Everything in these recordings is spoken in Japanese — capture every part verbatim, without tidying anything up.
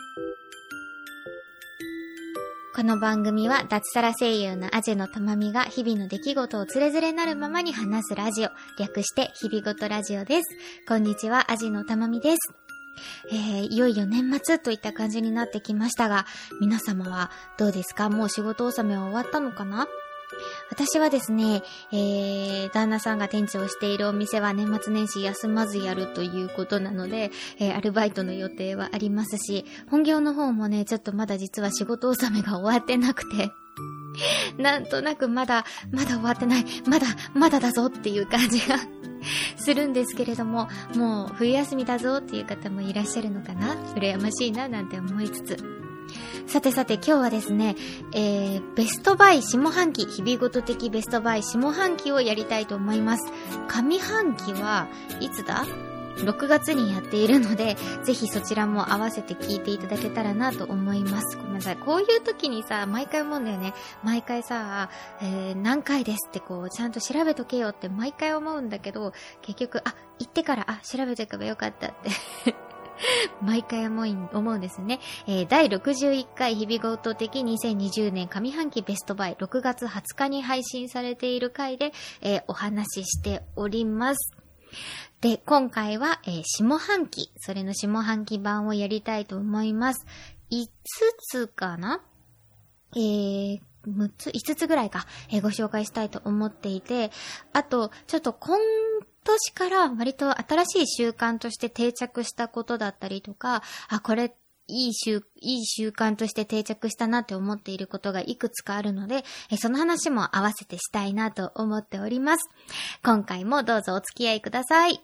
この番組は脱サラ声優のアジェのたまみが日々の出来事をつれづれなるままに話すラジオ、略して日々ごとラジオです。こんにちは、アジェのたまみです。えー、いよいよ年末といった感じになってきましたが、皆様はどうですか？もう仕事納めは終わったのかな？私はですね、えー、旦那さんが店長をしているお店は年末年始休まずやるということなので、えー、アルバイトの予定はありますし、本業の方もね、ちょっとまだ実は仕事納めが終わってなくて、なんとなくまだ、まだ終わってない、まだ、まだだぞっていう感じがするんですけれども、もう冬休みだぞっていう方もいらっしゃるのかな？羨ましいななんて思いつつ。さてさて今日はですね、えー、ベストバイ下半期、日々ごと的ベストバイ下半期をやりたいと思います。上半期はいつだ？ろくがつにやっているので、ぜひそちらも合わせて聞いていただけたらなと思います。ごめんなさい。こういう時にさ、毎回思うんだよね。毎回さ、えー、何回ですってこう、ちゃんと調べとけよって毎回思うんだけど、結局、あ、行ってから、あ、調べておけばよかったって。毎回思い思うんですね、えー、だいろくじゅういっかい日々ごと的にせんにじゅうねん上半期ベストバイろくがつはつかに配信されている回で、えー、お話ししております。で、今回は、えー、下半期、それの下半期版をやりたいと思います。いつつかな？えー、むっつ、いつつぐらいか、えー、ご紹介したいと思っていて、あと、ちょっと今今年から割と新しい習慣として定着したことだったりとか、あ、これいい習、いい習慣として定着したなって思っていることがいくつかあるので、えその話も合わせてしたいなと思っております。今回もどうぞお付き合いください。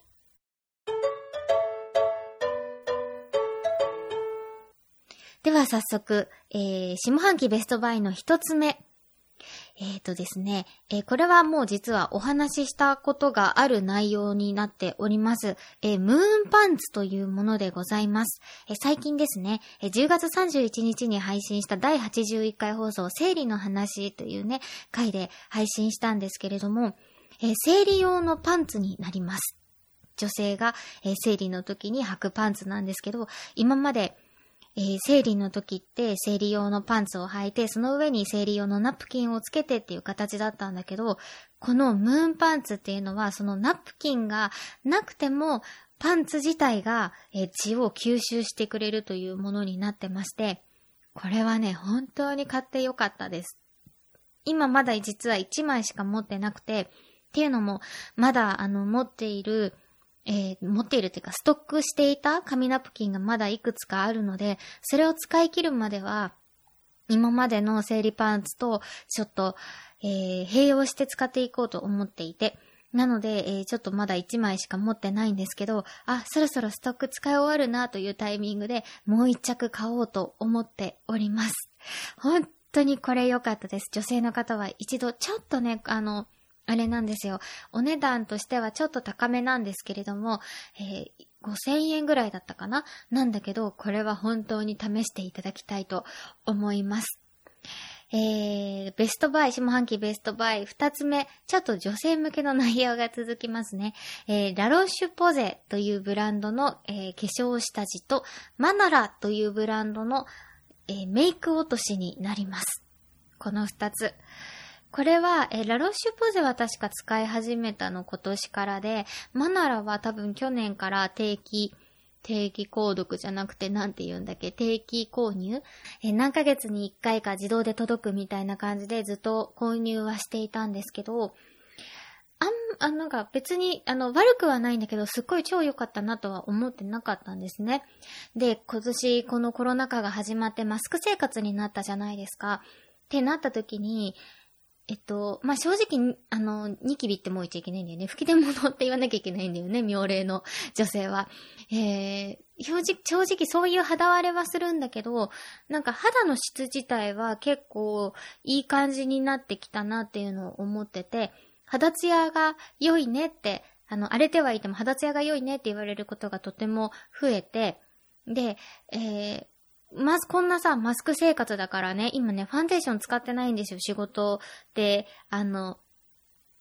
では早速、えー、下半期ベストバイの一つ目。えーとですね、えー、これはもう実はお話ししたことがある内容になっております。えー、ムーンパンツというものでございます。えー、最近ですね、えー、じゅうがつさんじゅういちにちに配信しただいはちじゅういっかい放送、生理の話というね、回で配信したんですけれども、えー、生理用のパンツになります。女性が、えー、生理の時に履くパンツなんですけど、今までえー、生理の時って生理用のパンツを履いて、その上に生理用のナプキンをつけてっていう形だったんだけど、このムーンパンツっていうのはそのナプキンがなくてもパンツ自体が、えー、血を吸収してくれるというものになってまして、これはね、本当に買ってよかったです。今まだ実はいちまいしか持ってなくて、っていうのもまだあの持っているえー、持っているというかストックしていた紙ナプキンがまだいくつかあるので、それを使い切るまでは今までの生理パンツとちょっと、えー、併用して使っていこうと思っていて、なので、えー、ちょっとまだいちまいしか持ってないんですけど、あ、そろそろストック使い終わるなというタイミングでもう一着買おうと思っております。本当にこれ良かったです。女性の方は一度ちょっとね、あのあれなんですよ。お値段としてはちょっと高めなんですけれども、えー、ごせんえんぐらいだったかな？なんだけど、これは本当に試していただきたいと思います。えー、ベストバイ、下半期ベストバイ二つ目、ちょっと女性向けの内容が続きますね。えー、ラロッシュポゼというブランドの、えー、化粧下地と、マナラというブランドの、えー、メイク落としになります。この二つ。これは、えー、ラロッシュポゼは確か使い始めたの今年からで、マナラは多分去年から定期、定期購読じゃなくてなんて言うんだっけ、定期購入、えー、何ヶ月にいっかいか自動で届くみたいな感じでずっと購入はしていたんですけど、あん、あ、なんか別に、あの、悪くはないんだけど、すっごい超良かったなとは思ってなかったんですね。で、今年このコロナ禍が始まってマスク生活になったじゃないですか。ってなった時に、えっと、まあ、正直、あの、ニキビってもう言っちゃいけないんだよね。吹き出物って言わなきゃいけないんだよね、妙齢の女性は。えー、正直、正直そういう肌荒れはするんだけど、なんか肌の質自体は結構いい感じになってきたなっていうのを思ってて、肌ツヤが良いねって、あの、荒れてはいても肌ツヤが良いねって言われることがとても増えて、で、えー、まずこんなさ、マスク生活だからね、今ね、ファンデーション使ってないんですよ、仕事で、あの、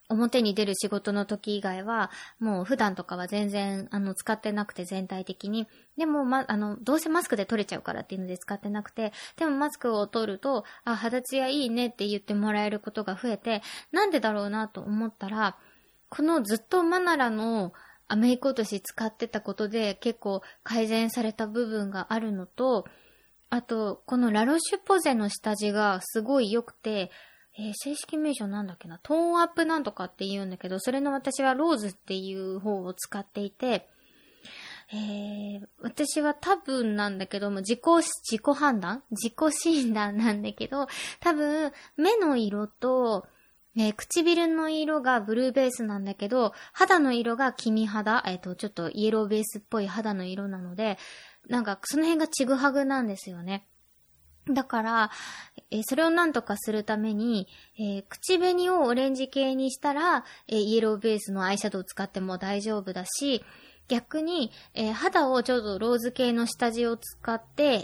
表に出る仕事の時以外は、もう普段とかは全然、あの、使ってなくて全体的に。でも、ま、あの、どうせマスクで取れちゃうからっていうので使ってなくて、でもマスクを取ると、あ、肌ツヤいいねって言ってもらえることが増えて、なんでだろうなと思ったら、このずっとマナラのメイク落とし使ってたことで結構改善された部分があるのと、あと、このラロシュポゼの下地がすごい良くて、えー、正式名称なんだっけな、トーンアップなんとかって言うんだけど、それの私はローズっていう方を使っていて、えー、私は多分なんだけども、自己、自己判断自己診断なんだけど、多分、目の色と、えー、唇の色がブルーベースなんだけど、肌の色が黄身肌、えっと、ちょっとイエローベースっぽい肌の色なので、なんかその辺がちぐはぐなんですよね。だから、えー、それをなんとかするために、えー、口紅をオレンジ系にしたら、えー、イエローベースのアイシャドウを使っても大丈夫だし、逆に、えー、肌をちょっとローズ系の下地を使って、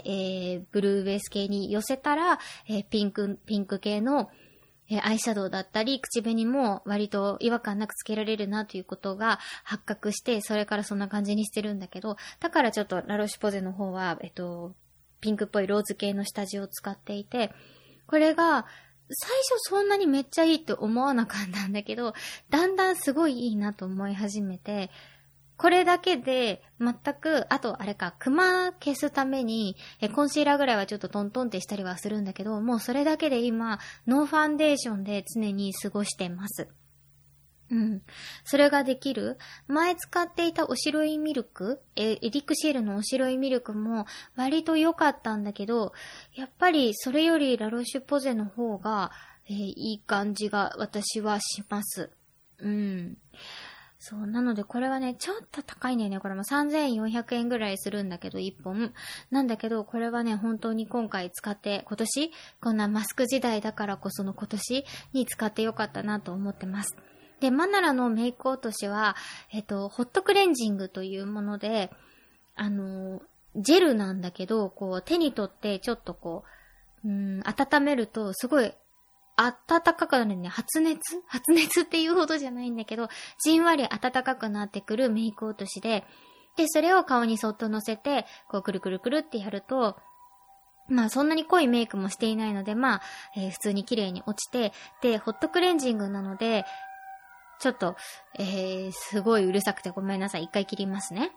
えー、ブルーベース系に寄せたら、えー、ピンク、ピンク系の、えー、アイシャドウだったり、口紅も割と違和感なくつけられるなということが発覚して、それからそんな感じにしてるんだけど、だからちょっとラロシュポゼの方は、えっと、ピンクっぽいローズ系の下地を使っていて、これが最初そんなにめっちゃいいって思わなかったんだけど、だんだんすごいいいなと思い始めて、これだけで全く、あとあれか、クマ消すためにえコンシーラーぐらいはちょっとトントンってしたりはするんだけど、もうそれだけで今ノーファンデーションで常に過ごしてます。うん。それができる。前使っていたお白いミルク、え、エリクシールのお白いミルクも割と良かったんだけど、やっぱりそれよりラロシュポゼの方が、えー、いい感じが私はします。うん。そう、なのでこれはね、ちょっと高いんだよね。これもさんぜんよんひゃくえんぐらいするんだけど、いっぽん。なんだけど、これはね、本当に今回使って、今年、こんなマスク時代だからこその今年に使ってよかったなと思ってます。で、マナラのメイク落としは、えっと、ホットクレンジングというもので、あの、ジェルなんだけど、こう、手に取ってちょっとこう、うーん、温めると、すごい、暖かくなるね。発熱発熱っていうほどじゃないんだけど、じんわり暖かくなってくるメイク落としで、で、それを顔にそっと乗せて、こう、くるくるくるってやると、まあそんなに濃いメイクもしていないので、まあ、えー、普通に綺麗に落ちて、で、ホットクレンジングなので、ちょっと、えー、すごいうるさくてごめんなさい。一回切りますね。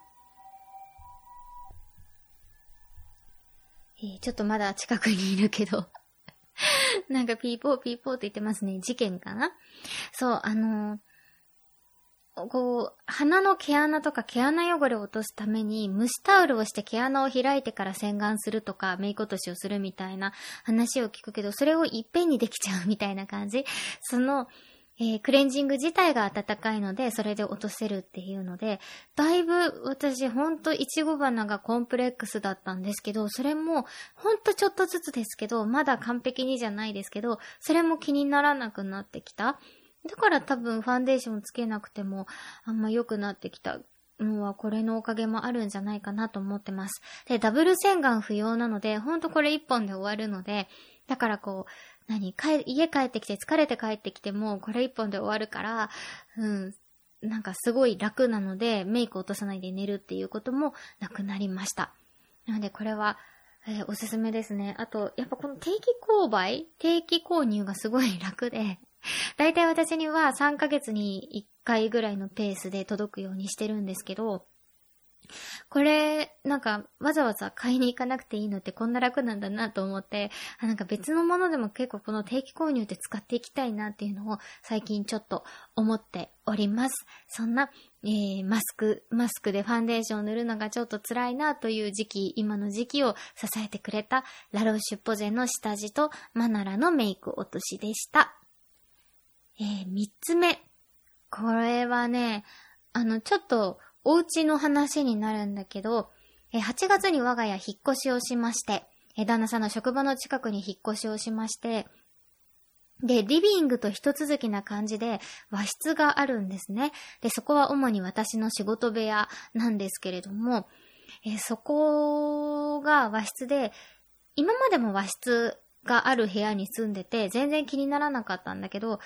えー、ちょっとまだ近くにいるけど。なんかピーポーピーポーって言ってますね。事件かな？そう、あのー、こう、鼻の毛穴とか毛穴汚れを落とすために蒸しタオルをして毛穴を開いてから洗顔するとかメイク落としをするみたいな話を聞くけど、それをいっぺんにできちゃうみたいな感じ。その、えー、クレンジング自体が暖かいので、それで落とせるっていうので、だいぶ私ほんといちご花がコンプレックスだったんですけど、それもほんとちょっとずつですけど、まだ完璧にじゃないですけど、それも気にならなくなってきた。だから多分ファンデーションつけなくてもあんま良くなってきたのはこれのおかげもあるんじゃないかなと思ってます。で、ダブル洗顔不要なので、ほんとこれ一本で終わるので、だからこう、何帰家帰ってきて疲れて帰ってきてもこれ一本で終わるから、うん、なんかすごい楽なのでメイク落とさないで寝るっていうこともなくなりました。なのでこれは、えー、おすすめですね。あとやっぱこの定期購買定期購入がすごい楽で、だいたい私にはさんかげつにいっかいぐらいのペースで届くようにしてるんですけど、これ、なんか、わざわざ買いに行かなくていいのってこんな楽なんだなと思って、あ、なんか別のものでも結構この定期購入って使っていきたいなっていうのを最近ちょっと思っております。そんな、えー、マスク、マスクでファンデーションを塗るのがちょっと辛いなという時期、今の時期を支えてくれたラロッシュポゼの下地とマナラのメイク落としでした。えー、三つ目。これはね、あの、ちょっと、お家の話になるんだけど、はちがつに我が家引っ越しをしまして、旦那さんの職場の近くに引っ越しをしまして、で、リビングと一続きな感じで和室があるんですね。で、そこは主に私の仕事部屋なんですけれども、えそこが和室で、今までも和室がある部屋に住んでて全然気にならなかったんだけど、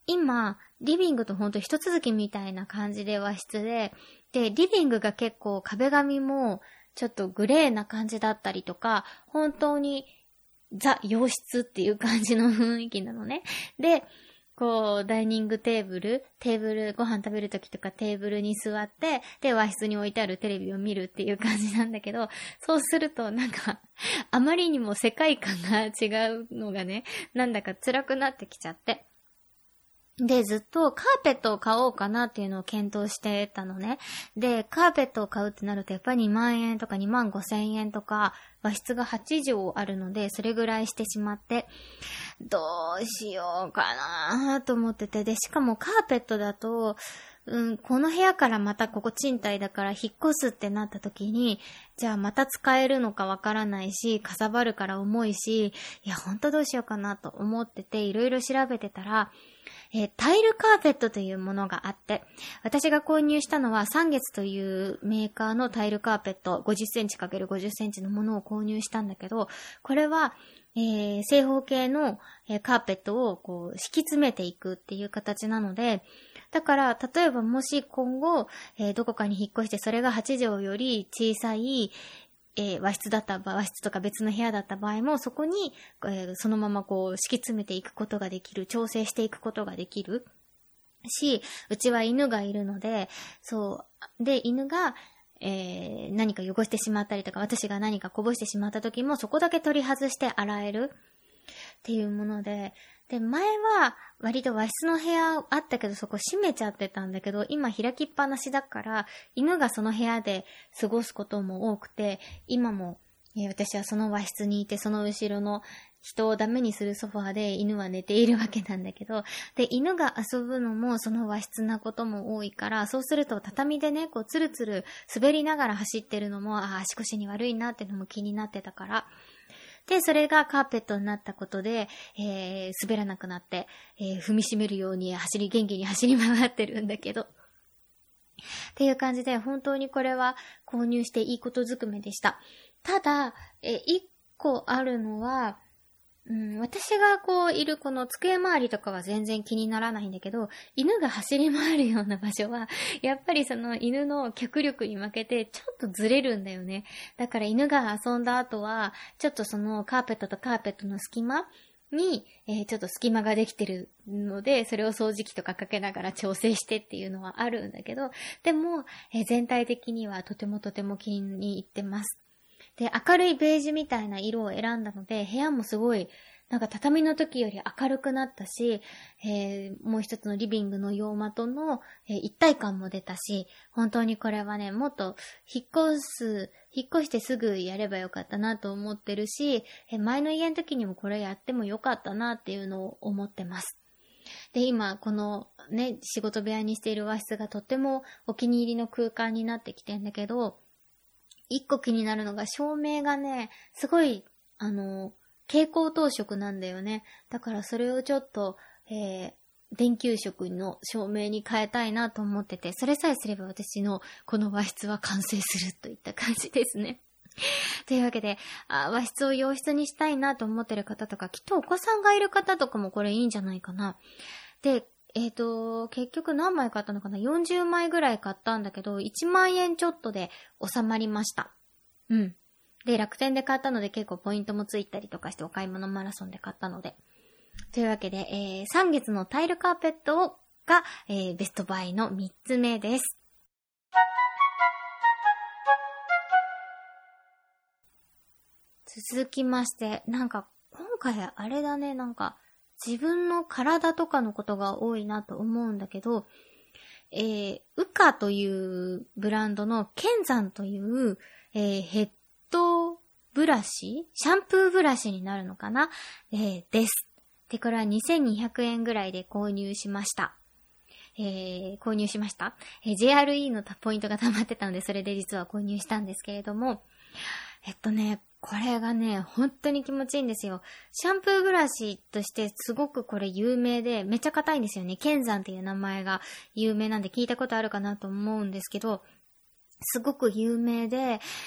今、リビングとほんと一続きみたいな感じで和室で、で、リビングが結構壁紙もちょっとグレーな感じだったりとか、本当にザ洋室っていう感じの雰囲気なのね。で、こう、ダイニングテーブル、テーブル、ご飯食べるときとかテーブルに座って、で、和室に置いてあるテレビを見るっていう感じなんだけど、そうするとなんか、あまりにも世界観が違うのがね、なんだか辛くなってきちゃって。で、ずっとカーペットを買おうかなっていうのを検討してたのね。で、カーペットを買うってなるとやっぱりにまんえんとかにまんごせんえんとか、和室がはちじょうあるので、それぐらいしてしまって、どうしようかなと思ってて、で、しかもカーペットだと、うん、この部屋からまたここ賃貸だから引っ越すってなった時に、じゃあまた使えるのかわからないし、かさばるから重いし、いや、ほんとどうしようかなと思ってて、いろいろ調べてたら、えー、タイルカーペットというものがあって、私が購入したのは三月というメーカーのタイルカーペットごじゅっセンチかけるごじゅっセンチのものを購入したんだけど、これは、えー、正方形の、えー、カーペットをこう敷き詰めていくっていう形なので、だから例えばもし今後、えー、どこかに引っ越してそれがはちじょうより小さいえー、和室だった場合、和室とか別の部屋だった場合も、そこに、えー、そのままこう、敷き詰めていくことができる、調整していくことができるし、うちは犬がいるので、そう、で、犬が、えー、何か汚してしまったりとか、私が何かこぼしてしまった時も、そこだけ取り外して洗えるっていうもので、で、前は割と和室の部屋あったけどそこ閉めちゃってたんだけど、今開きっぱなしだから犬がその部屋で過ごすことも多くて、今も、えー、私はその和室にいて、その後ろの人をダメにするソファーで犬は寝ているわけなんだけど、で、犬が遊ぶのもその和室なことも多いから、そうすると畳でね、こうツルツル滑りながら走ってるのも、ああ、足腰に悪いなってのも気になってたから、で、それがカーペットになったことで、えー、滑らなくなって、えー、踏みしめるように走り、元気に走り回ってるんだけど。っていう感じで、本当にこれは購入していいことずくめでした。ただ、えー、一個あるのは、うん、私がこういるこの机周りとかは全然気にならないんだけど、犬が走り回るような場所は、やっぱりその犬の脚力に負けてちょっとずれるんだよね。だから犬が遊んだ後は、ちょっとそのカーペットとカーペットの隙間に、えー、ちょっと隙間ができてるので、それを掃除機とかかけながら調整してっていうのはあるんだけど、でも、えー、全体的にはとてもとても気に入ってます。で、明るいベージュみたいな色を選んだので、部屋もすごい、なんか畳の時より明るくなったし、えー、もう一つのリビングの洋間との、えー、一体感も出たし、本当にこれはね、もっと引っ越す、引っ越してすぐやればよかったなと思ってるし、えー、前の家の時にもこれやってもよかったなっていうのを思ってます。で、今、このね、仕事部屋にしている和室がとってもお気に入りの空間になってきてんだけど、一個気になるのが照明がね、すごい、あの、蛍光灯色なんだよね。だからそれをちょっと、えー、電球色の照明に変えたいなと思ってて、それさえすれば私のこの和室は完成するといった感じですね。というわけで、あ、和室を洋室にしたいなと思ってる方とか、きっとお子さんがいる方とかもこれいいんじゃないかな。で、えっと、結局何枚買ったのかな ?よんじゅうまいぐらい買ったんだけど、いちまんえんちょっとで収まりました。うん。で、楽天で買ったので結構ポイントもついたりとかしてお買い物マラソンで買ったので。というわけで、えー、さんげつのタイルカーペットをが、えー、ベストバイのみっつめです。続きまして、なんか今回あれだね、なんか自分の体とかのことが多いなと思うんだけど、えー、ウカというブランドのケンザンという、えー、ヘッドブラシシャンプーブラシになるのかな、えー、です。で、これはにせんにひゃくえんぐらいで購入しました。えー、購入しました、えー、ジェイアールイー のポイントが溜まってたので、それで実は購入したんですけれども、えっとね、これがね、本当に気持ちいいんですよ。シャンプーブラシとしてすごくこれ有名で、めっちゃ硬いんですよね。ケンザンっていう名前が有名なんで聞いたことあるかなと思うんですけど、すごく有名で、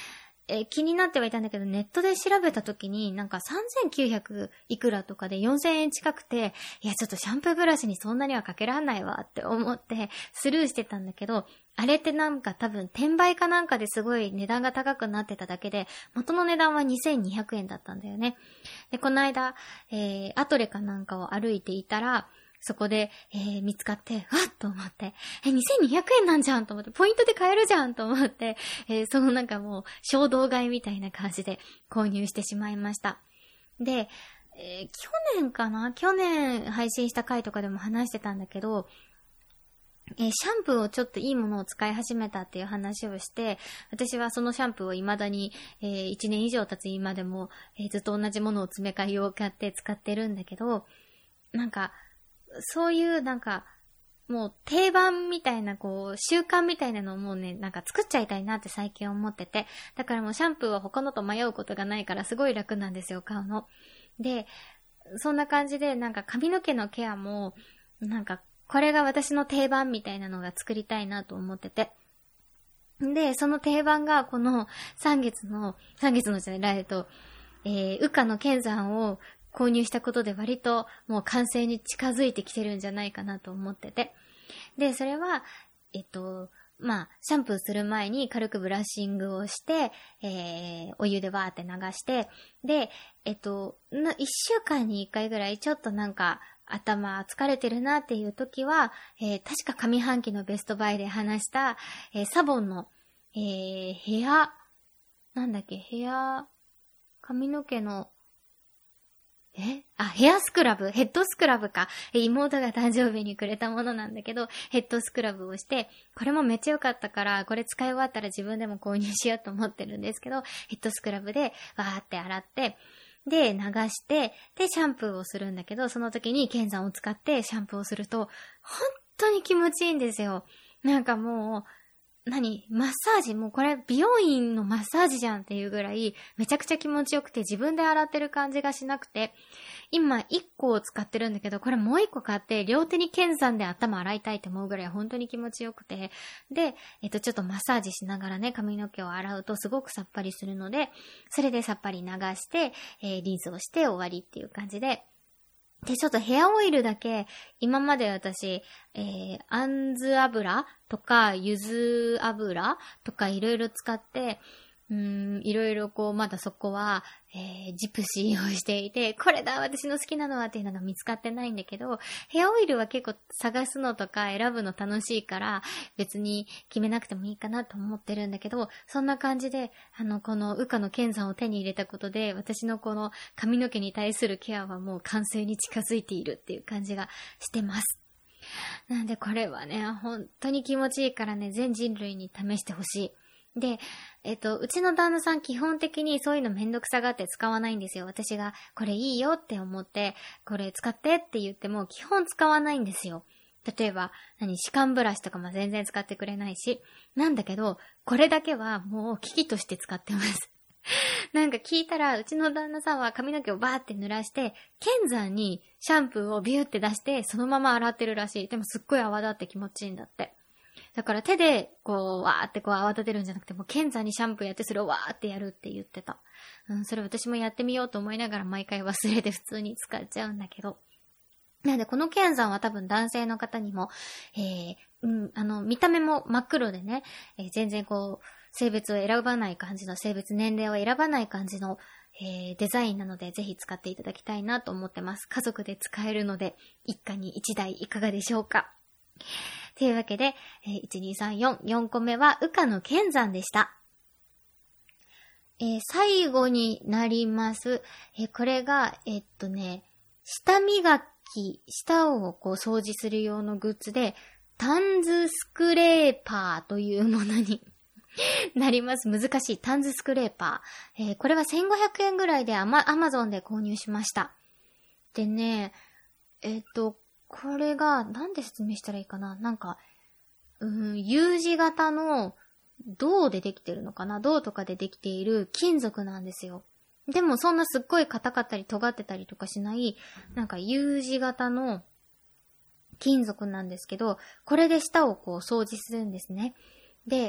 えー、気になってはいたんだけど、ネットで調べた時になんかさんぜんきゅうひゃくいくらとかでよんせんえん近くて、いやちょっとシャンプーブラシにそんなにはかけらんないわって思ってスルーしてたんだけど、あれってなんか多分転売かなんかですごい値段が高くなってただけで、元の値段はにせんにひゃくえんだったんだよね。で、この間、えー、アトレかなんかを歩いていたら、そこで、えー、見つかって、わっと思って、え、にせんにひゃくえんなんじゃんと思って、ポイントで買えるじゃんと思って、えー、そのなんかもう、衝動買いみたいな感じで購入してしまいました。で、えー、去年かな去年配信した回とかでも話してたんだけど、えー、シャンプーをちょっといいものを使い始めたっていう話をして、私はそのシャンプーを未だに、えー、いちねん以上経つ今でも、えー、ずっと同じものを詰め替えようかって使ってるんだけど、なんか、そういうなんか、もう定番みたいなこう、習慣みたいなのをもうね、なんか作っちゃいたいなって最近思ってて。だからもうシャンプーは他のと迷うことがないからすごい楽なんですよ、買うの。で、そんな感じでなんか髪の毛のケアも、なんかこれが私の定番みたいなのが作りたいなと思ってて。で、その定番がこのさんげつの、さんげつのじゃない、えっと、えー、羽化の剣山を購入したことで割ともう完成に近づいてきてるんじゃないかなと思ってて。で、それは、えっと、まあ、シャンプーする前に軽くブラッシングをして、えー、お湯でわーって流して、で、えっと、いっしゅうかんにいっかいぐらいちょっとなんか頭疲れてるなっていう時は、えー、確か上半期のベストバイで話した、えー、サボンの、えー、ヘア、なんだっけ、ヘア、髪の毛の、えあ、ヘアスクラブヘッドスクラブか。妹が誕生日にくれたものなんだけど、ヘッドスクラブをして、これもめっちゃ良かったから、これ使い終わったら自分でも購入しようと思ってるんですけど、ヘッドスクラブでわーって洗って、で、流して、で、シャンプーをするんだけど、その時に剣山を使ってシャンプーをすると、本当に気持ちいいんですよ。なんかもう、何マッサージもうこれ美容院のマッサージじゃんっていうぐらいめちゃくちゃ気持ちよくて自分で洗ってる感じがしなくて、今いっこを使ってるんだけど、これもういっこ買って両手に剣山で頭洗いたいって思うぐらい本当に気持ちよくて、で、えっとちょっとマッサージしながらね髪の毛を洗うとすごくさっぱりするので、それでさっぱり流して、えー、リンスをして終わりっていう感じで、で、ちょっとヘアオイルだけ、今まで私、えー、アンズ油とか、柚子油とかいろいろ使って、うーん、いろいろこう、まだそこは、えー、ジプシーをしていて、これだ、私の好きなのはっていうのが見つかってないんだけど、ヘアオイルは結構探すのとか選ぶの楽しいから、別に決めなくてもいいかなと思ってるんだけど、そんな感じで、あの、この羽化の剣山を手に入れたことで、私のこの髪の毛に対するケアはもう完成に近づいているっていう感じがしてます。なんでこれはね、本当に気持ちいいからね、全人類に試してほしい。で、えっと、うちの旦那さん基本的にそういうのめんどくさがって使わないんですよ。私がこれいいよって思って、これ使ってって言っても基本使わないんですよ。例えば、何、歯間ブラシとかも全然使ってくれないし。なんだけど、これだけはもう機器として使ってます。なんか聞いたら、うちの旦那さんは髪の毛をバーって濡らして、剣山にシャンプーをビューって出して、そのまま洗ってるらしい。でもすっごい泡立って気持ちいいんだって。だから手で、こう、わーってこう泡立てるんじゃなくて、もう剣山にシャンプーやってそれをわーってやるって言ってた。うん、それ私もやってみようと思いながら毎回忘れて普通に使っちゃうんだけど。なので、この剣山は多分男性の方にも、えー、うん、あの、見た目も真っ黒でね、えー、全然こう、性別を選ばない感じの、性別年齢を選ばない感じの、えー、デザインなので、ぜひ使っていただきたいなと思ってます。家族で使えるので、一家に一台いかがでしょうか。というわけで、えー、いち、に、さん、よん、よんこめは羽化の剣山でした。えー、最後になります。えー、これが、えっとね、舌磨き、舌をこう掃除する用のグッズで、タンズスクレーパーというものになります。難しい。タンズスクレーパー。えー、これはせんごひゃくえんぐらいでアマ、アマゾンで購入しました。でね、えっと、これが、なんで説明したらいいかななんか、うーん、U 字型の銅でできてるのかな銅とかでできている金属なんですよ。でもそんなすっごい硬かったり尖ってたりとかしない、なんか U 字型の金属なんですけど、これで舌をこう掃除するんですね。で、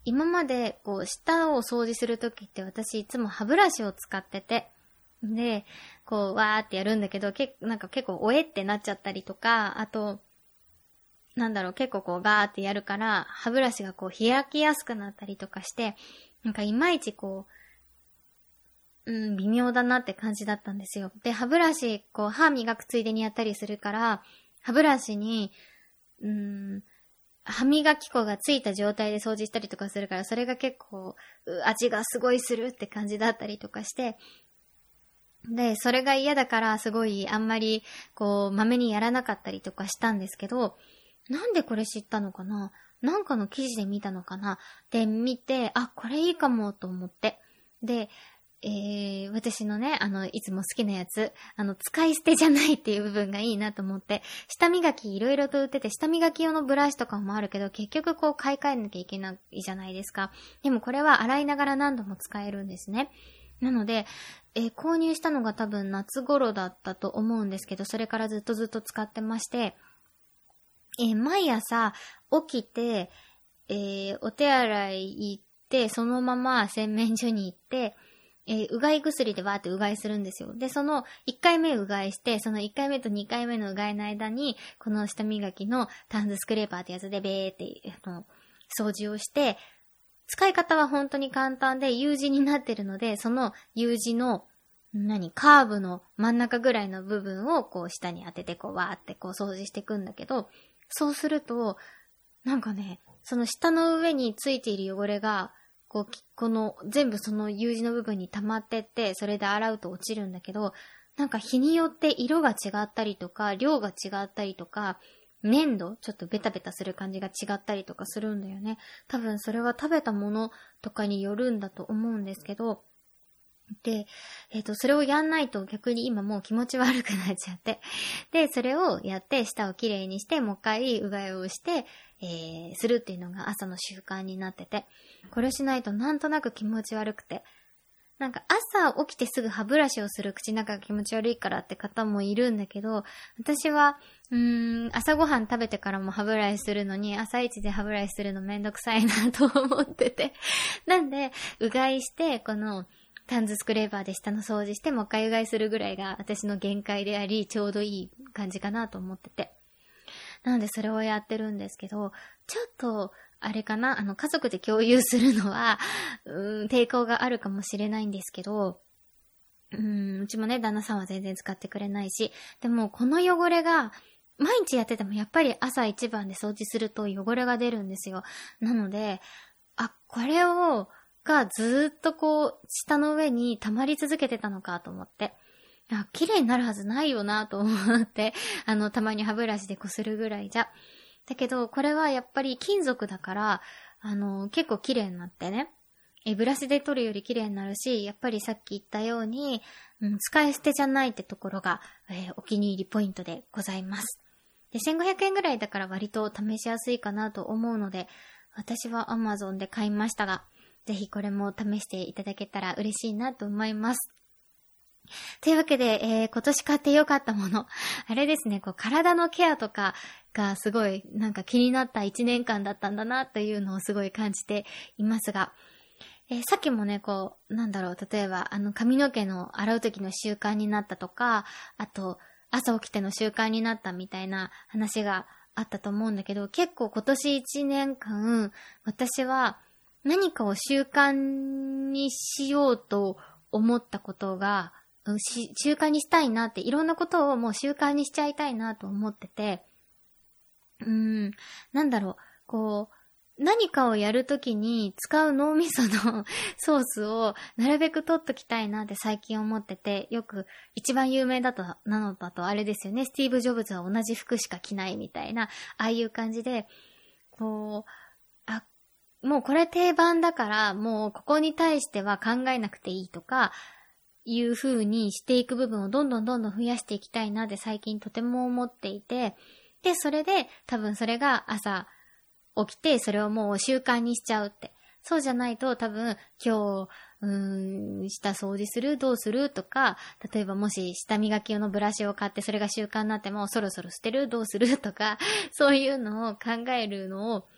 今までこう舌を掃除するときって私いつも歯ブラシを使ってて、で、こうわーってやるんだけど、けなんか結構おえってなっちゃったりとか、あと、なんだろう、結構こうガーってやるから、歯ブラシがこう開きやすくなったりとかして、なんかいまいちこう、うん、微妙だなって感じだったんですよ。で、歯ブラシ、こう歯磨くついでにやったりするから、歯ブラシに、うーん、歯磨き粉がついた状態で掃除したりとかするから、それが結構、味がすごいするって感じだったりとかして、で、それが嫌だからすごいあんまりこう、まめにやらなかったりとかしたんですけど、なんでこれ知ったのかな？なんかの記事で見たのかな？で、見て、あ、これいいかもと思って。で、えー、私のね、あの、いつも好きなやつ、あの、使い捨てじゃないっていう部分がいいなと思って、下磨きいろいろと売ってて、下磨き用のブラシとかもあるけど、結局こう買い替えなきゃいけないじゃないですか。でもこれは洗いながら何度も使えるんですね。なので、えー、購入したのが多分夏頃だったと思うんですけど、それからずっとずっと使ってまして、えー、毎朝起きて、えー、お手洗い行って、そのまま洗面所に行って、えー、うがい薬でわーってうがいするんですよ。で、そのいっかいめうがいして、そのいっかいめとにかいめのうがいの間に、この下磨きのタンズスクレーパーってやつでベーって、あの、掃除をして、使い方は本当に簡単で U 字になってるので、その U 字の、何、カーブの真ん中ぐらいの部分をこう下に当ててこうわーってこう掃除していくんだけど、そうすると、なんかね、その下の上についている汚れが、こう、この、全部その U 字の部分に溜まってって、それで洗うと落ちるんだけど、なんか日によって色が違ったりとか、量が違ったりとか、粘度ちょっとベタベタする感じが違ったりとかするんだよね。多分それは食べたものとかによるんだと思うんですけど、で、えっと、それをやんないと逆に今もう気持ち悪くなっちゃって。で、それをやって舌をきれいにして、もう一回うがいをして、えー、するっていうのが朝の習慣になってて。これしないとなんとなく気持ち悪くて。なんか朝起きてすぐ歯ブラシをする口の中が気持ち悪いからって方もいるんだけど、私は、うーん、朝ごはん食べてからも歯ブラシするのに、朝一で歯ブラシするのめんどくさいなと思ってて。なんで、うがいして、この、タンズスクレーバーで下の掃除してもう一回うがいするぐらいが私の限界であり、ちょうどいい感じかなと思ってて。なのでそれをやってるんですけど、ちょっと、あれかな、あの家族で共有するのは、うーん、抵抗があるかもしれないんですけど、うーん、うちもね、旦那さんは全然使ってくれないし、でもこの汚れが、毎日やっててもやっぱり朝一番で掃除すると汚れが出るんですよ。なので、あ、これを、がずーっとこう、下の上に溜まり続けてたのかと思って。あ、綺麗になるはずないよなと思って、あの、たまに歯ブラシでこするぐらいじゃ。だけど、これはやっぱり金属だから、あの、結構綺麗になってね。え、ブラシで取るより綺麗になるし、やっぱりさっき言ったように、うん、使い捨てじゃないってところが、えー、お気に入りポイントでございます。で、せんごひゃくえんぐらいだから割と試しやすいかなと思うので、私は Amazon で買いましたが、ぜひこれも試していただけたら嬉しいなと思います。というわけで、えー、今年買ってよかったもの。あれですね、こう体のケアとかがすごいなんか気になったいちねんかんだったんだなというのをすごい感じていますが、えー、さっきもね、こう、なんだろう、例えばあの髪の毛の洗う時の習慣になったとか、あと朝起きての習慣になったみたいな話があったと思うんだけど、結構今年いちねんかん、私は何かを習慣にしようと思ったことが、習慣にしたいなって、いろんなことをもう習慣にしちゃいたいなと思ってて、うーん、なんだろう、こう、何かをやるときに使う脳みそのソースをなるべく取っときたいなって最近思ってて、よく一番有名だと、なのだとあれですよね、スティーブ・ジョブズは同じ服しか着ないみたいな、ああいう感じで、こう、あ、もうこれ定番だから、もうここに対しては考えなくていいとか、いう風にしていく部分をどんどんどんどん増やしていきたいなって最近とても思っていて、で、それで多分それが朝起きてそれをもう習慣にしちゃうって。そうじゃないと多分今日、うーん、下掃除するどうするとか、例えばもし下磨き用のブラシを買ってそれが習慣になってもそろそろ捨てるどうするとか、そういうのを考えるのを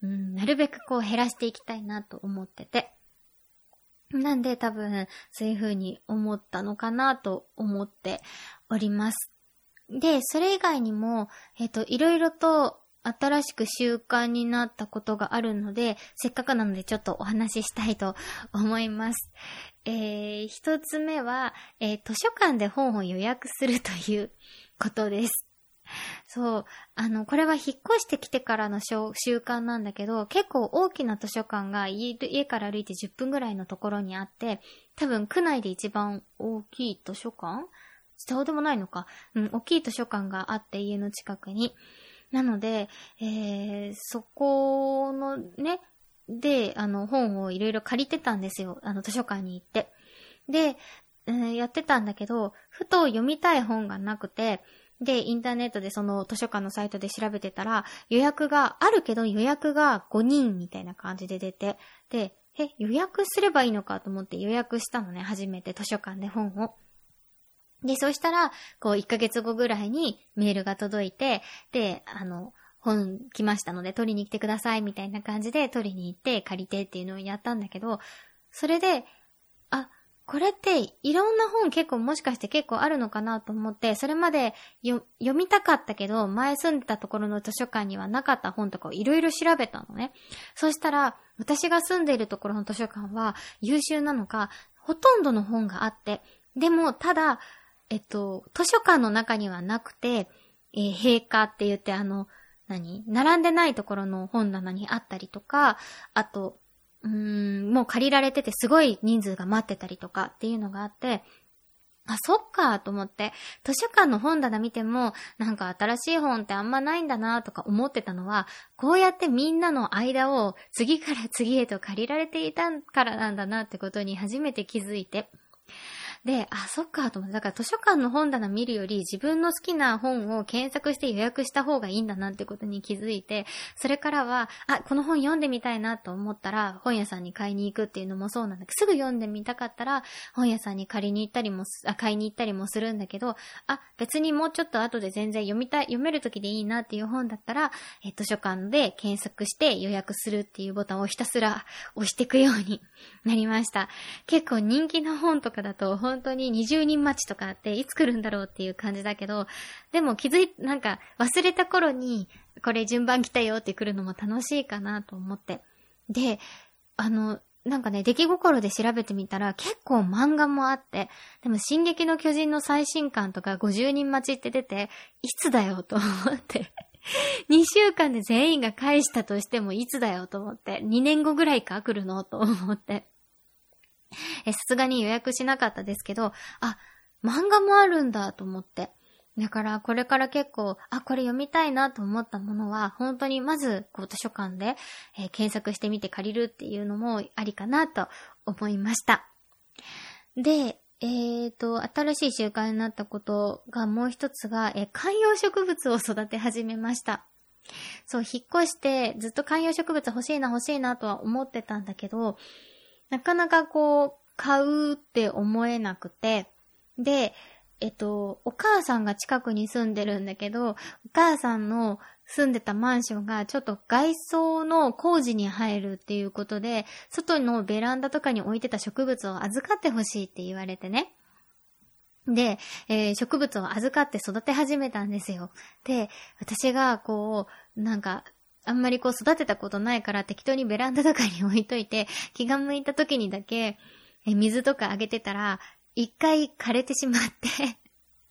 うん、なるべくこう減らしていきたいなと思ってて。なんで多分そういう風に思ったのかなと思っております。で、それ以外にも、えっと、いろいろと新しく習慣になったことがあるので、せっかくなのでちょっとお話ししたいと思います。えー、一つ目は、えー、図書館で本を予約するということです。そう、あの、これは引っ越してきてからの習慣なんだけど、結構大きな図書館が 家, 家から歩いてじゅっぷんぐらいのところにあって、多分区内で一番大きい図書館？そうでもないのか。うん、大きい図書館があって家の近くに。なので、えー、そこのね、で、あの、本をいろいろ借りてたんですよ。あの、図書館に行って。で、えー、やってたんだけど、ふと読みたい本がなくて、で、インターネットでその図書館のサイトで調べてたら、予約があるけど予約がごにんみたいな感じで出て、で、え、予約すればいいのかと思って予約したのね、初めて図書館で本を。で、そうしたら、こういっかげつごぐらいにメールが届いて、で、あの、本来ましたので取りに来てくださいみたいな感じで取りに行って借りてっていうのをやったんだけど、それで、あ、これっていろんな本結構もしかして結構あるのかなと思って、それまでよ読みたかったけど、前住んでたところの図書館にはなかった本とかをいろいろ調べたのね。そしたら、私が住んでいるところの図書館は優秀なのか、ほとんどの本があって、でもただ、えっと、図書館の中にはなくて、えー、閉館って言ってあの、何？並んでないところの本棚にあったりとか、あと、うーん、もう借りられててすごい人数が待ってたりとかっていうのがあって、あ、そっかと思って、図書館の本棚見ても、なんか新しい本ってあんまないんだなとか思ってたのは、こうやってみんなの間を次から次へと借りられていたからなんだなってことに初めて気づいて、で、あ、そっかと思って、だから図書館の本棚見るより自分の好きな本を検索して予約した方がいいんだなってことに気づいて、それからは、あ、この本読んでみたいなと思ったら本屋さんに買いに行くっていうのもそうなんだけど、すぐ読んでみたかったら本屋さんに借りに行ったりも、あ、買いに行ったりもするんだけど、あ、別にもうちょっと後で全然読みたい、読める時でいいなっていう本だったら、え、図書館で検索して予約するっていうボタンをひたすら押していくようになりました。結構人気な本とかだと本当ににじゅうにん待ちとかあっていつ来るんだろうっていう感じだけど、でも気づい、なんか忘れた頃にこれ順番来たよって来るのも楽しいかなと思って。で、あの、なんかね、出来心で調べてみたら結構漫画もあって、でも進撃の巨人の最新刊とかごじゅうにん待ちって出て、いつだよと思って。にしゅうかんで全員が返したとしてもいつだよと思って、にねんごぐらいか来るのと思って。え、さすがに予約しなかったですけど、あ、漫画もあるんだと思って。だからこれから結構、あ、これ読みたいなと思ったものは、本当にまずこう図書館で、えー、検索してみて借りるっていうのもありかなと思いました。で、えーと、新しい習慣になったことがもう一つが、えー、観葉植物を育て始めました。そう、引っ越してずっと観葉植物欲しいな欲しいなとは思ってたんだけど、なかなかこう、買うって思えなくて、で、えっと、お母さんが近くに住んでるんだけど、お母さんの住んでたマンションがちょっと外装の工事に入るっていうことで、外のベランダとかに置いてた植物を預かってほしいって言われてね。で、えー、植物を預かって育て始めたんですよ。で、私がこう、なんか、あんまりこう育てたことないから適当にベランダとかに置いといて、気が向いた時にだけえ水とかあげてたら、一回枯れてしまって、めっちゃシ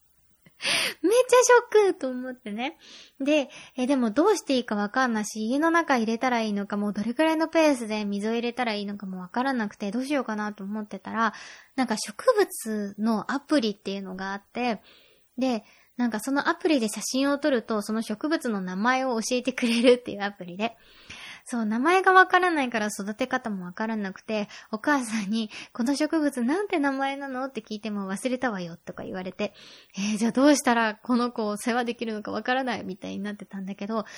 ョックと思ってね。で、え、でもどうしていいかわかんないし、家の中入れたらいいのか、もうどれくらいのペースで水を入れたらいいのかもわからなくて、どうしようかなと思ってたら、なんか植物のアプリっていうのがあって、で、なんかそのアプリで写真を撮ると、その植物の名前を教えてくれるっていうアプリで。そう、名前がわからないから育て方もわからなくて、お母さんに、この植物なんて名前なのって聞いても忘れたわよとか言われて、えー、じゃあどうしたらこの子を世話できるのかわからないみたいになってたんだけど、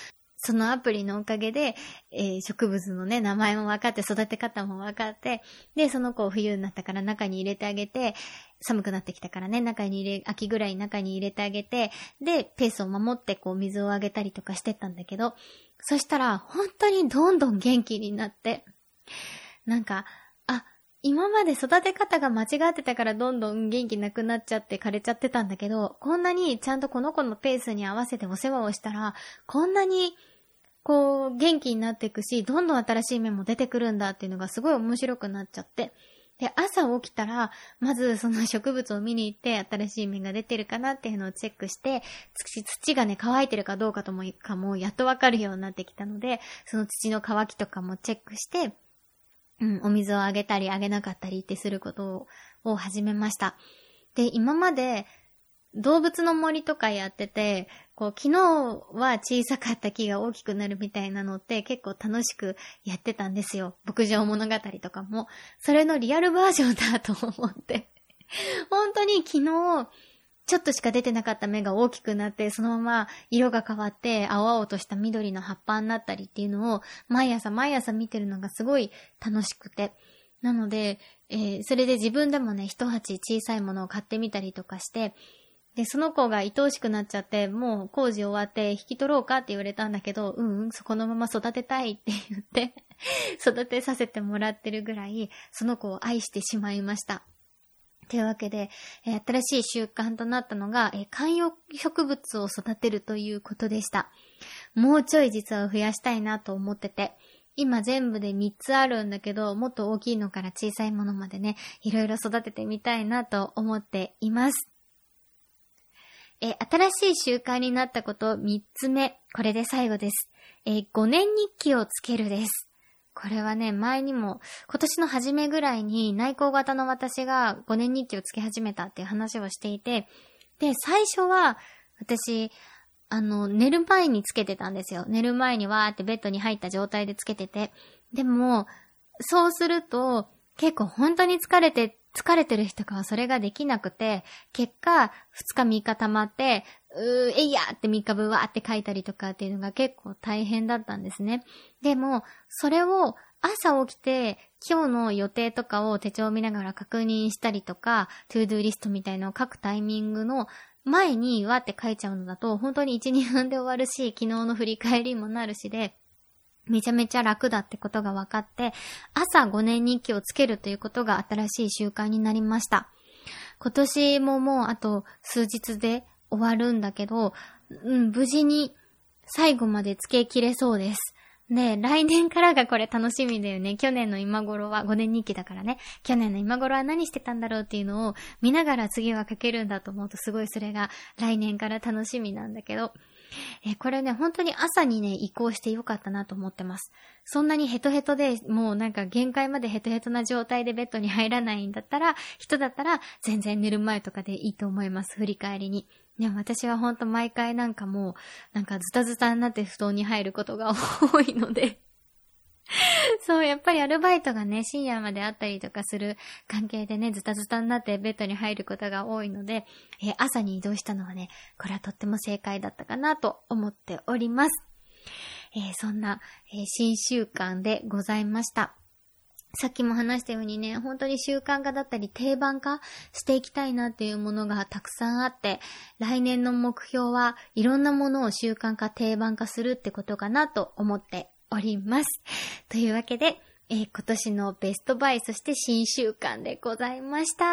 そのアプリのおかげで、えー、植物のね、名前も分かって、育て方も分かって、で、その子を冬になったから中に入れてあげて、寒くなってきたからね、中に入れ、秋ぐらいに中に入れてあげて、で、ペースを守ってこう水をあげたりとかしてたんだけど、そしたら、本当にどんどん元気になって、なんか、あ、今まで育て方が間違ってたからどんどん元気なくなっちゃって枯れちゃってたんだけど、こんなにちゃんとこの子のペースに合わせてお世話をしたら、こんなにこう元気になっていくし、どんどん新しい芽も出てくるんだっていうのがすごい面白くなっちゃって。で、朝起きたら、まずその植物を見に行って、新しい芽が出てるかなっていうのをチェックして、土、土がね、乾いてるかどうかともかもやっとわかるようになってきたので、その土の乾きとかもチェックして、うん、お水をあげたりあげなかったりってすることを、を始めました。で、今まで動物の森とかやってて、こう昨日は小さかった木が大きくなるみたいなのって結構楽しくやってたんですよ。牧場物語とかも。それのリアルバージョンだと思って。本当に昨日、ちょっとしか出てなかった芽が大きくなって、そのまま色が変わって青々とした緑の葉っぱになったりっていうのを毎朝毎朝見てるのがすごい楽しくて。なので、えー、それで自分でもね、一鉢小さいものを買ってみたりとかして、で、その子が愛おしくなっちゃって、もう工事終わって引き取ろうかって言われたんだけど、うんうん、そこのまま育てたいって言って、育てさせてもらってるぐらい、その子を愛してしまいました。というわけで、えー、新しい習慣となったのが、えー、観葉植物を育てるということでした。もうちょい実は増やしたいなと思ってて、今全部でみっつあるんだけど、もっと大きいのから小さいものまでね、いろいろ育ててみたいなと思っています。えー、新しい習慣になったことみっつめ、これで最後です。えー、ごねん日記をつけるです。これはね、前にも、今年の初めぐらいに内向型の私がごねん日記をつけ始めたっていう話をしていて、で、最初は、私、あの、寝る前につけてたんですよ。寝る前にわーってベッドに入った状態でつけてて。でも、そうすると、結構本当に疲れて、疲れてる日とかはそれができなくて、結果、ふつかみっか溜まって、うー、えいやーってみっかぶんわーって書いたりとかっていうのが結構大変だったんですね。でも、それを朝起きて、今日の予定とかを手帳を見ながら確認したりとか、トゥードゥーリストみたいのを書くタイミングの前にわーって書いちゃうのだと、本当にいち、にふんで終わるし、昨日の振り返りもなるしで、めちゃめちゃ楽だってことが分かって、朝ごねん日記をつけるということが新しい習慣になりました。今年ももうあと数日で終わるんだけど、うん、無事に最後までつけきれそうです。で、来年からがこれ楽しみだよね。去年の今頃は、ごねん日記だからね。去年の今頃は何してたんだろうっていうのを見ながら次は書けるんだと思うとすごいそれが来年から楽しみなんだけど、え、これね、本当に朝にね、移行してよかったなと思ってます。そんなにヘトヘトで、もうなんか限界までヘトヘトな状態でベッドに入らないんだったら、人だったら全然寝る前とかでいいと思います。振り返りに。でも私は本当毎回なんかもう、なんかズタズタになって布団に入ることが多いので。そう、やっぱりアルバイトがね、深夜まであったりとかする関係でね、ズタズタになってベッドに入ることが多いので、えー、朝に移動したのはね、これはとっても正解だったかなと思っております。えー、そんな、えー、新習慣でございました。さっきも話したようにね、本当に習慣化だったり定番化していきたいなっていうものがたくさんあって、来年の目標はいろんなものを習慣化定番化するってことかなと思っております。というわけで、えー、今年のベストバイそして新習慣でございました。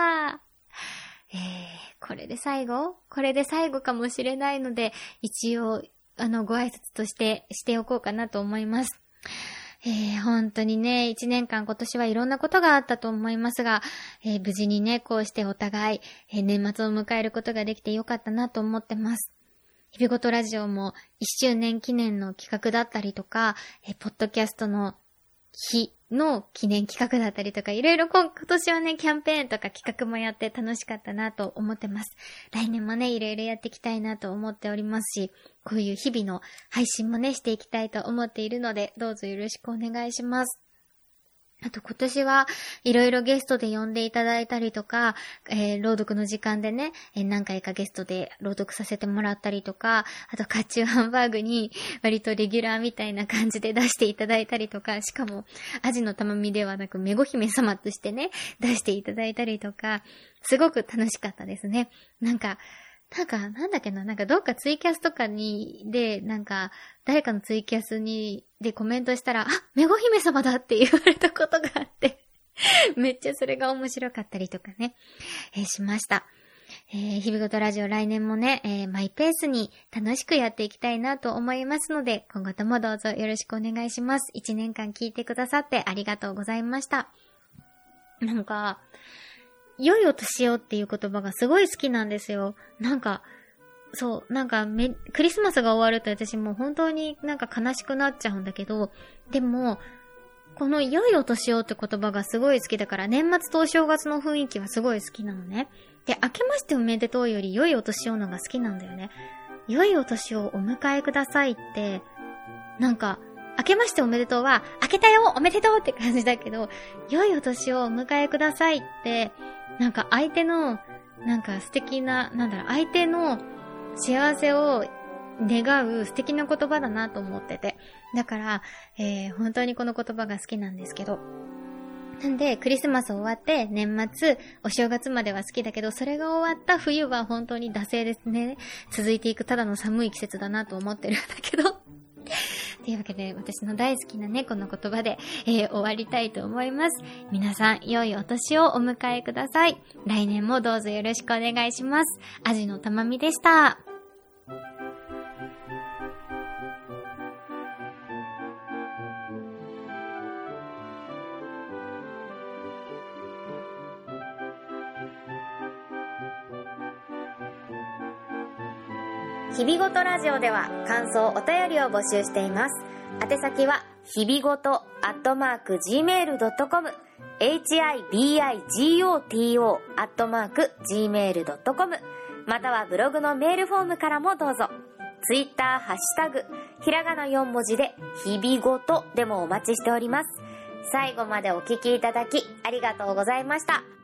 えー、これで最後これで最後かもしれないので、一応あのご挨拶としてしておこうかなと思います。えー、本当にね、一年間今年はいろんなことがあったと思いますが、えー、無事にね、こうしてお互い、えー、年末を迎えることができてよかったなと思ってます。日々ごとラジオもいっしゅうねん記念の企画だったりとか、えー、ポッドキャストの日の記念企画だったりとか、いろいろ今年はね、キャンペーンとか企画もやって楽しかったなと思ってます。来年もね、いろいろやっていきたいなと思っておりますし、こういう日々の配信もね、していきたいと思っているので、どうぞよろしくお願いします。 あと今年はいろいろゲストで呼んでいただいたりとか、えー、朗読の時間でね、えー、何回かゲストで朗読させてもらったりとか、あと甲冑ハンバーグに割とレギュラーみたいな感じで出していただいたりとか、しかもアジのたまみではなくめご姫様としてね、出していただいたりとか、すごく楽しかったですね。なんか、なんか、なんだっけな、なんかどっかツイキャスとかに、で、なんか、誰かのツイキャスに、でコメントしたら、あ、めご姫様だって言われたことがあって、めっちゃそれが面白かったりとかね、えー、しました。えー、日々ごとラジオ来年もね、えー、マイペースに楽しくやっていきたいなと思いますので、今後ともどうぞよろしくお願いします。一年間聞いてくださってありがとうございました。なんか、良いお年をっていう言葉がすごい好きなんですよ。なんか、そう、なんかめ、クリスマスが終わると私もう本当になんか悲しくなっちゃうんだけど、でも、この良いお年をって言葉がすごい好きだから、年末とお正月の雰囲気はすごい好きなのね。で、明けましておめでとうより良いお年をのが好きなんだよね。良いお年をお迎えくださいって、なんか、明けましておめでとうは、明けたよおめでとうって感じだけど、良いお年をお迎えくださいって、なんか相手の、なんか素敵な、なんだろう、相手の幸せを願う素敵な言葉だなと思ってて。だから、えー、本当にこの言葉が好きなんですけど。なんで、クリスマス終わって、年末、お正月までは好きだけど、それが終わった冬は本当に惰性ですね。続いていくただの寒い季節だなと思ってるんだけど。というわけで、私の大好きなね、この言葉で、えー、終わりたいと思います。皆さん、良いお年をお迎えください。来年もどうぞよろしくお願いします。アジのたまみでした。 日々ごとラジオでは感想お便りを募集しています。宛先は日々ごとアットマーク ジーメールドットコム エイチアイビーアイジーオーティーオー アットマーク ジーメールドットコム またはブログのメールフォームからもどうぞ。ツイッターハッシュタグひらがなよん文字で日々ごとでもお待ちしております。最後までお聞きいただきありがとうございました。